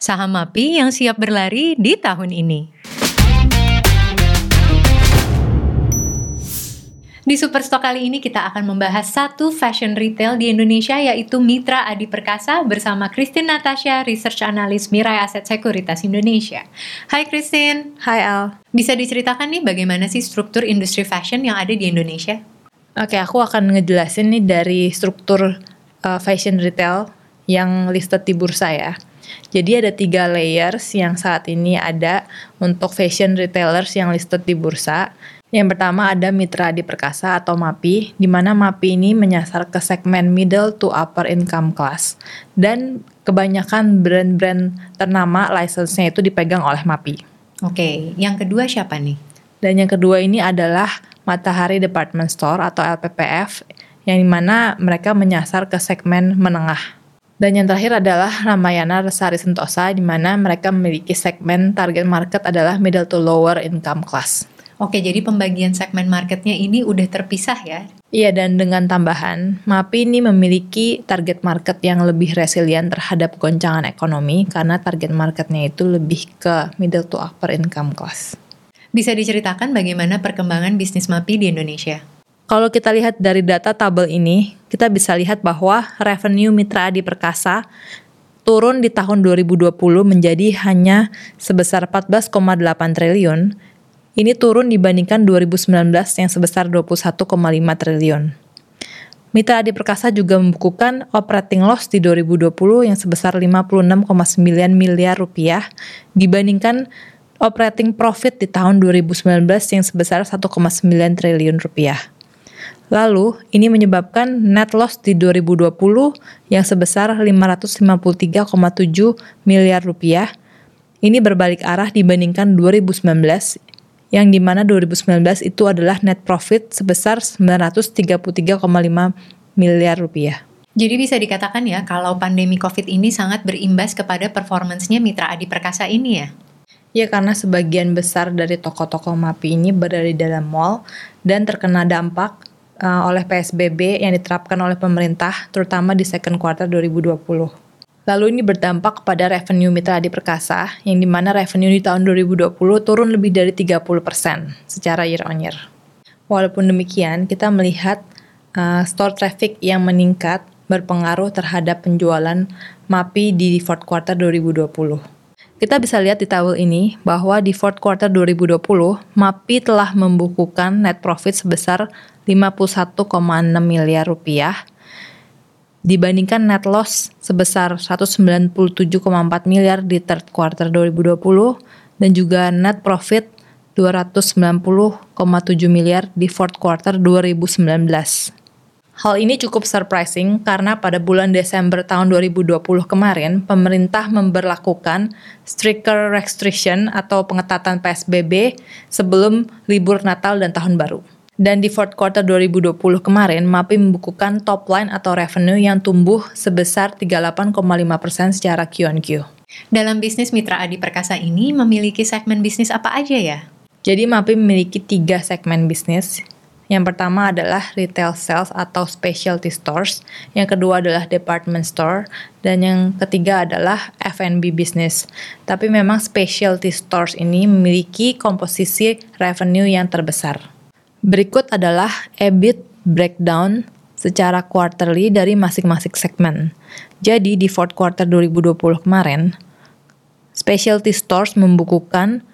Saham MAPI yang siap berlari di tahun ini. Di Superstock kali ini kita akan membahas satu fashion retail di Indonesia, yaitu Mitra Adi Perkasa bersama Christine Natasha, Research Analyst Mirae Asset Sekuritas Indonesia. Hai Christine. Hai Al. Bisa diceritakan nih bagaimana sih struktur industri fashion yang ada di Indonesia? Oke, aku akan ngejelasin nih dari struktur fashion retail yang listed di bursa ya. Jadi ada 3 layers yang saat ini ada untuk fashion retailers yang listed di bursa. Yang pertama ada Mitra Adi Perkasa atau MAPI, di mana MAPI ini menyasar ke segmen middle to upper income class. Dan kebanyakan brand-brand ternama license-nya itu dipegang oleh MAPI. Oke, yang kedua siapa nih? Dan yang kedua ini adalah Matahari Department Store atau LPPF, yang dimana mereka menyasar ke segmen menengah. Dan yang terakhir adalah Ramayana Sari Sentosa, di mana mereka memiliki segmen target market adalah middle to lower income class. Oke, jadi pembagian segmen marketnya ini udah terpisah ya? Iya, dan dengan tambahan, MAPI ini memiliki target market yang lebih resilient terhadap goncangan ekonomi karena target marketnya itu lebih ke middle to upper income class. Bisa diceritakan bagaimana perkembangan bisnis MAPI di Indonesia? Kalau kita lihat dari data tabel ini, kita bisa lihat bahwa revenue Mitra Adi Perkasa turun di tahun 2020 menjadi hanya sebesar 14,8 triliun. Ini turun dibandingkan 2019 yang sebesar 21,5 triliun. Mitra Adi Perkasa juga membukukan operating loss di 2020 yang sebesar 56,9 miliar rupiah dibandingkan operating profit di tahun 2019 yang sebesar 1,9 triliun rupiah. Lalu, ini menyebabkan net loss di 2020 yang sebesar 553,7 miliar rupiah. Ini berbalik arah dibandingkan 2019 yang dimana 2019 itu adalah net profit sebesar 933,5 miliar rupiah. Jadi bisa dikatakan ya kalau pandemi COVID ini sangat berimbas kepada performance-nya Mitra Adi Perkasa ini ya? Ya, karena sebagian besar dari toko-toko MAPI ini berada di dalam mall dan terkena dampak oleh PSBB yang diterapkan oleh pemerintah, terutama di second quarter 2020. Lalu ini berdampak kepada revenue Mitra Adi Perkasa, yang dimana revenue di tahun 2020 turun lebih dari 30% secara year on year. Walaupun demikian, kita melihat store traffic yang meningkat berpengaruh terhadap penjualan MAPI di fourth quarter 2020. Kita bisa lihat di tabel ini bahwa di fourth quarter 2020, MAPI telah membukukan net profit sebesar 51,6 miliar rupiah, dibandingkan net loss sebesar 197,4 miliar di third quarter 2020 dan juga net profit 290,7 miliar di fourth quarter 2019. Hal ini cukup surprising karena pada bulan Desember tahun 2020 kemarin, pemerintah memberlakukan stricter restriction atau pengetatan PSBB sebelum libur Natal dan Tahun Baru. Dan di fourth quarter 2020 kemarin, MAPI membukukan top line atau revenue yang tumbuh sebesar 38,5% secara Q-on-Q. Dalam bisnis Mitra Adi Perkasa ini memiliki segmen bisnis apa aja ya? Jadi MAPI memiliki 3 segmen bisnis. Yang pertama adalah retail sales atau specialty stores, yang kedua adalah department store, dan yang ketiga adalah F&B business. Tapi memang specialty stores ini memiliki komposisi revenue yang terbesar. Berikut adalah EBIT breakdown secara quarterly dari masing-masing segmen. Jadi di fourth quarter 2020 kemarin, specialty stores membukukan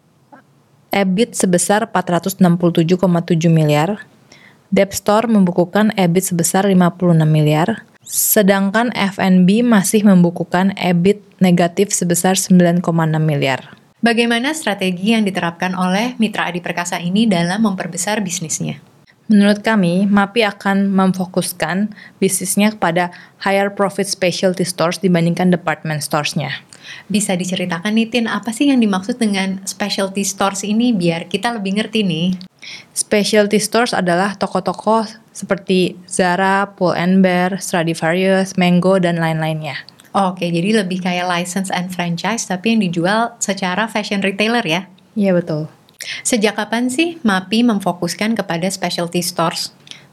EBIT sebesar 467,7 miliar, Dep Store membukukan EBIT sebesar 56 miliar, sedangkan F&B masih membukukan EBIT negatif sebesar 9,6 miliar. Bagaimana strategi yang diterapkan oleh Mitra Adi Perkasa ini dalam memperbesar bisnisnya? Menurut kami, MAPI akan memfokuskan bisnisnya kepada higher profit specialty stores dibandingkan department stores-nya. Bisa diceritakan nih Tin, apa sih yang dimaksud dengan specialty stores ini biar kita lebih ngerti nih? Specialty stores adalah toko-toko seperti Zara, Pull & Bear, Stradivarius, Mango, dan lain-lainnya. Oke, jadi lebih kayak license and franchise tapi yang dijual secara fashion retailer ya? Iya, betul. Sejak kapan sih MAPI memfokuskan kepada specialty stores?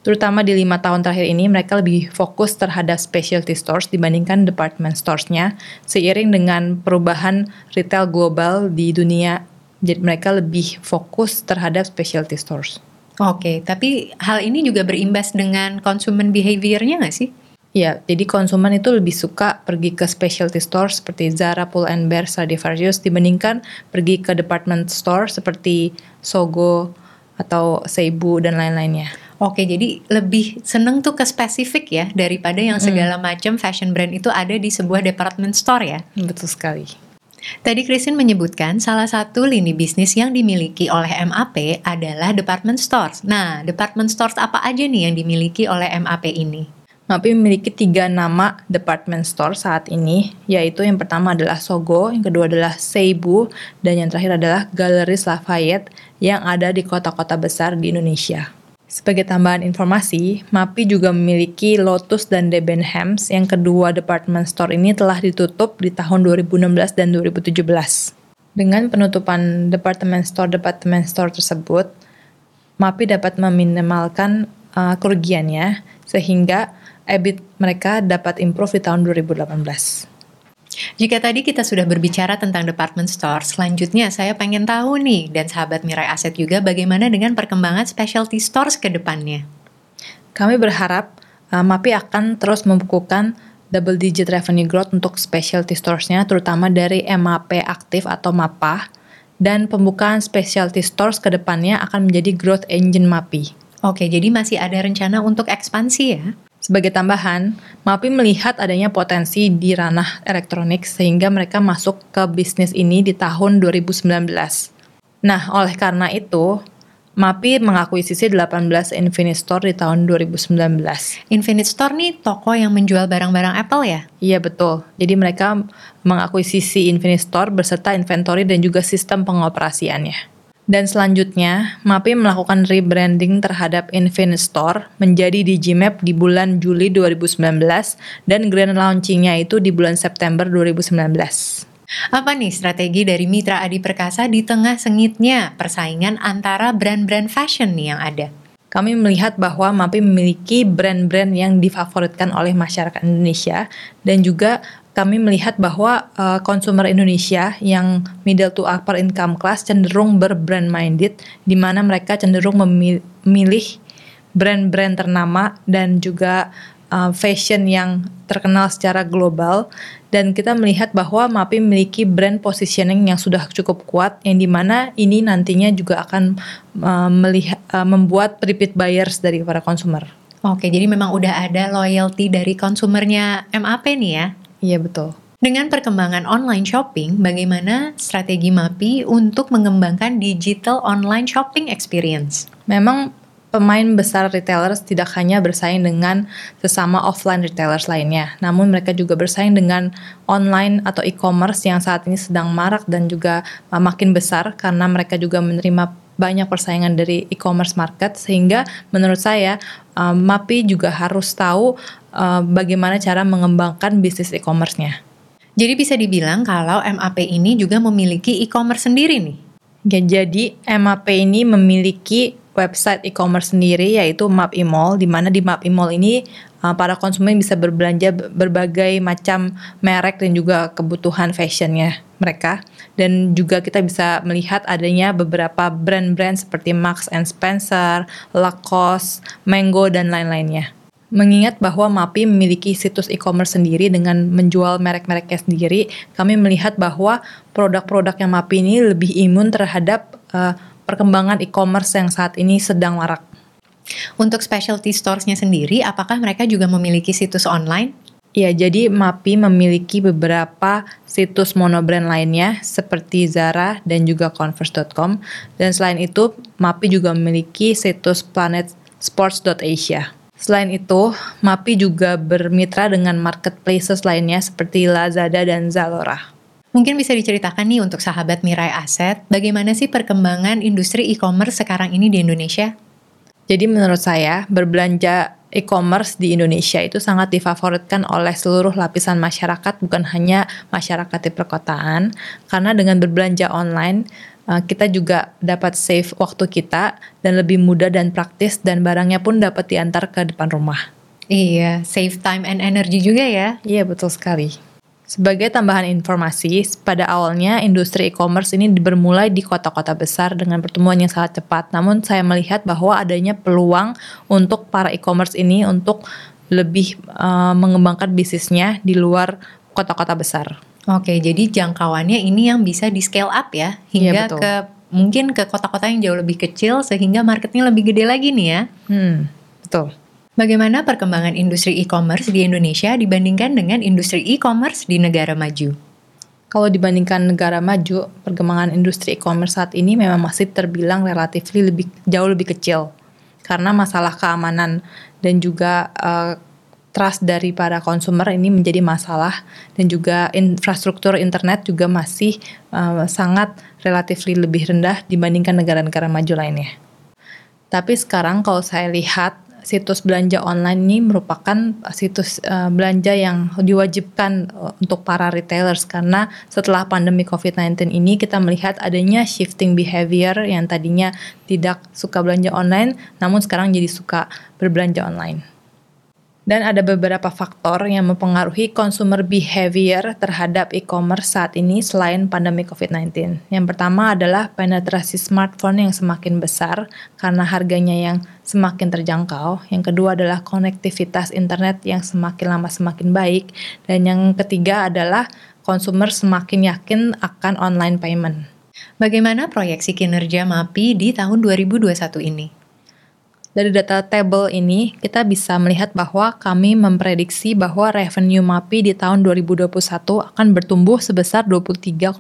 Terutama di 5 tahun terakhir ini mereka lebih fokus terhadap specialty stores dibandingkan department stores-nya seiring dengan perubahan retail global di dunia. Jadi mereka lebih fokus terhadap specialty stores. Oke, tapi hal ini juga berimbas dengan consumer behavior-nya nggak sih? Ya, jadi konsumen itu lebih suka pergi ke specialty store seperti Zara, Pull and Bear, Stradivarius dibandingkan pergi ke department store seperti Sogo atau Seibu dan lain-lainnya. Oke, jadi lebih seneng tuh ke spesifik ya daripada yang segala macam fashion brand itu ada di sebuah department store ya. Betul sekali. Tadi Christine menyebutkan salah satu lini bisnis yang dimiliki oleh MAP adalah department stores. Nah, department stores apa aja nih yang dimiliki oleh MAP ini? MAP memiliki 3 nama department store saat ini, yaitu yang pertama adalah Sogo, yang kedua adalah Seibu, dan yang terakhir adalah Galeries Lafayette yang ada di kota-kota besar di Indonesia. Sebagai tambahan informasi, MAPI juga memiliki Lotus dan Debenhams yang kedua department store ini telah ditutup di tahun 2016 dan 2017. Dengan penutupan department store tersebut, MAPI dapat meminimalkan kerugiannya sehingga EBIT mereka dapat improve di tahun 2018. Jika tadi kita sudah berbicara tentang department store, selanjutnya saya pengen tahu nih, dan sahabat Mirai Aset juga, bagaimana dengan perkembangan specialty stores ke depannya? Kami berharap MAPI akan terus membukukan double digit revenue growth untuk specialty stores-nya, terutama dari MAP aktif atau MAPA, dan pembukaan specialty stores ke depannya akan menjadi growth engine MAPI. Oke, jadi masih ada rencana untuk ekspansi ya? Sebagai tambahan, MAPI melihat adanya potensi di ranah elektronik sehingga mereka masuk ke bisnis ini di tahun 2019. Nah, oleh karena itu, MAPI mengakuisisi 18 Infinite Store di tahun 2019. Infinite Store nih toko yang menjual barang-barang Apple ya? Iya betul, jadi mereka mengakuisisi Infinite Store beserta inventory dan juga sistem pengoperasiannya. Dan selanjutnya, MAPI melakukan rebranding terhadap Infinite Store menjadi Digimap di bulan Juli 2019 dan grand launching-nya itu di bulan September 2019. Apa nih strategi dari Mitra Adi Perkasa di tengah sengitnya persaingan antara brand-brand fashion nih yang ada? Kami melihat bahwa MAPI memiliki brand-brand yang difavoritkan oleh masyarakat Indonesia dan juga kami melihat bahwa konsumer Indonesia yang middle to upper income class cenderung berbrand minded, di mana mereka cenderung memilih brand-brand ternama dan juga fashion yang terkenal secara global. Dan kita melihat bahwa MAPI memiliki brand positioning yang sudah cukup kuat, yang dimana ini nantinya juga akan membuat repeat buyers dari para konsumer. Oke, jadi memang udah ada loyalty dari konsumernya MAP nih ya? Iya betul. Dengan perkembangan online shopping, bagaimana strategi MAPI untuk mengembangkan digital online shopping experience? Memang pemain besar retailers tidak hanya bersaing dengan sesama offline retailers lainnya, namun mereka juga bersaing dengan online atau e-commerce yang saat ini sedang marak dan juga makin besar karena mereka juga menerima banyak persaingan dari e-commerce market, sehingga menurut saya MAPI juga harus tahu bagaimana cara mengembangkan bisnis e-commerce-nya. Jadi bisa dibilang kalau MAP ini juga memiliki e-commerce sendiri nih? Ya, jadi MAP ini memiliki website e-commerce sendiri yaitu MAPI Mall, di mana di MAPI Mall ini para konsumen bisa berbelanja berbagai macam merek dan juga kebutuhan fashionnya mereka. Dan juga kita bisa melihat adanya beberapa brand-brand seperti Marks and Spencer, Lacoste, Mango, dan lain-lainnya. Mengingat bahwa MAPI memiliki situs e-commerce sendiri dengan menjual merek-mereknya sendiri, kami melihat bahwa produk-produk yang MAPI ini lebih imun terhadap perkembangan e-commerce yang saat ini sedang marak. Untuk specialty stores-nya sendiri, apakah mereka juga memiliki situs online? Ya, jadi MAPI memiliki beberapa situs monobrand lainnya seperti Zara dan juga Converse.com. Dan selain itu, MAPI juga memiliki situs planetsports.asia. Selain itu, MAPI juga bermitra dengan marketplaces lainnya seperti Lazada dan Zalora. Mungkin bisa diceritakan nih untuk sahabat Mirai Aset, bagaimana sih perkembangan industri e-commerce sekarang ini di Indonesia? Jadi menurut saya, berbelanja e-commerce di Indonesia itu sangat difavoritkan oleh seluruh lapisan masyarakat, bukan hanya masyarakat di perkotaan, karena dengan berbelanja online, kita juga dapat save waktu kita dan lebih mudah dan praktis, dan barangnya pun dapat diantar ke depan rumah. Iya, save time and energy juga ya. Iya, betul sekali. Sebagai tambahan informasi, pada awalnya industri e-commerce ini bermulai di kota-kota besar dengan pertumbuhan yang sangat cepat. Namun saya melihat bahwa adanya peluang untuk para e-commerce ini untuk lebih mengembangkan bisnisnya di luar kota-kota besar. Oke, jadi jangkauannya ini yang bisa di scale up ya, hingga betul. mungkin ke kota-kota yang jauh lebih kecil sehingga marketnya lebih gede lagi nih ya. Betul. Bagaimana perkembangan industri e-commerce di Indonesia dibandingkan dengan industri e-commerce di negara maju? Kalau dibandingkan negara maju, perkembangan industri e-commerce saat ini memang masih terbilang relatif jauh lebih kecil. Karena masalah keamanan dan juga trust dari para konsumer ini menjadi masalah, dan juga infrastruktur internet juga masih sangat relatif lebih rendah dibandingkan negara-negara maju lainnya. Tapi sekarang kalau saya lihat, situs belanja online ini merupakan situs belanja yang diwajibkan untuk para retailers, karena setelah pandemi COVID-19 ini kita melihat adanya shifting behavior yang tadinya tidak suka belanja online, namun sekarang jadi suka berbelanja online. Dan ada beberapa faktor yang mempengaruhi consumer behavior terhadap e-commerce saat ini selain pandemi COVID-19. Yang pertama adalah penetrasi smartphone yang semakin besar karena harganya yang semakin terjangkau. Yang kedua adalah konektivitas internet yang semakin lama semakin baik. Dan yang ketiga adalah consumer semakin yakin akan online payment. Bagaimana proyeksi kinerja MAPI di tahun 2021 ini? Dari data table ini, kita bisa melihat bahwa kami memprediksi bahwa revenue MAPI di tahun 2021 akan bertumbuh sebesar 23,3%,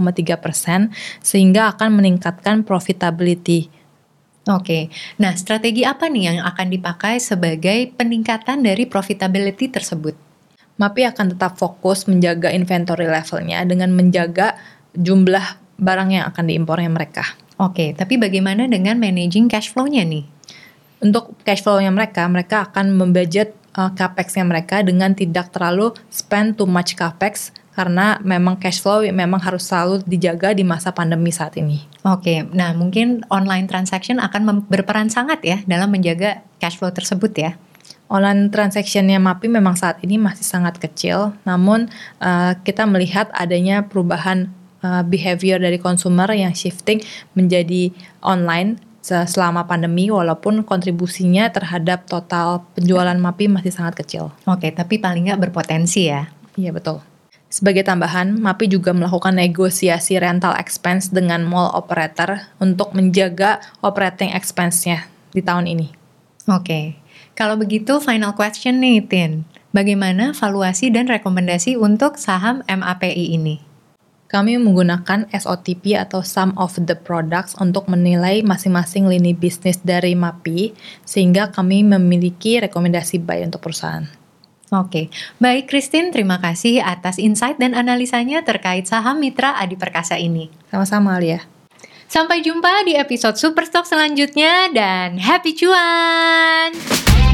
sehingga akan meningkatkan profitability. Oke, nah strategi apa nih yang akan dipakai sebagai peningkatan dari profitability tersebut? MAPI akan tetap fokus menjaga inventory levelnya dengan menjaga jumlah barang yang akan diimpornya mereka. Oke, tapi bagaimana dengan managing cash flow-nya nih? Untuk cash flow-nya mereka akan membudget capex-nya mereka dengan tidak terlalu spend too much capex, karena memang cash flow memang harus selalu dijaga di masa pandemi saat ini. Oke, nah mungkin online transaction akan berperan sangat ya dalam menjaga cash flow tersebut ya. Online transaction-nya MAPI memang saat ini masih sangat kecil, namun kita melihat adanya perubahan behavior dari consumer yang shifting menjadi online selama pandemi, walaupun kontribusinya terhadap total penjualan MAPI masih sangat kecil. Oke, tapi paling nggak berpotensi ya? Iya, betul. Sebagai tambahan, MAPI juga melakukan negosiasi rental expense dengan mall operator untuk menjaga operating expense-nya di tahun ini. Oke, kalau begitu final question nih Tin, bagaimana valuasi dan rekomendasi untuk saham MAPI ini? Kami menggunakan SOTP atau Sum of the Products untuk menilai masing-masing lini bisnis dari MAPI, sehingga kami memiliki rekomendasi buy untuk perusahaan. Oke, baik Christine, terima kasih atas insight dan analisanya terkait saham Mitra Adi Perkasa ini. Sama-sama, Alia. Sampai jumpa di episode Superstock selanjutnya dan happy cuan!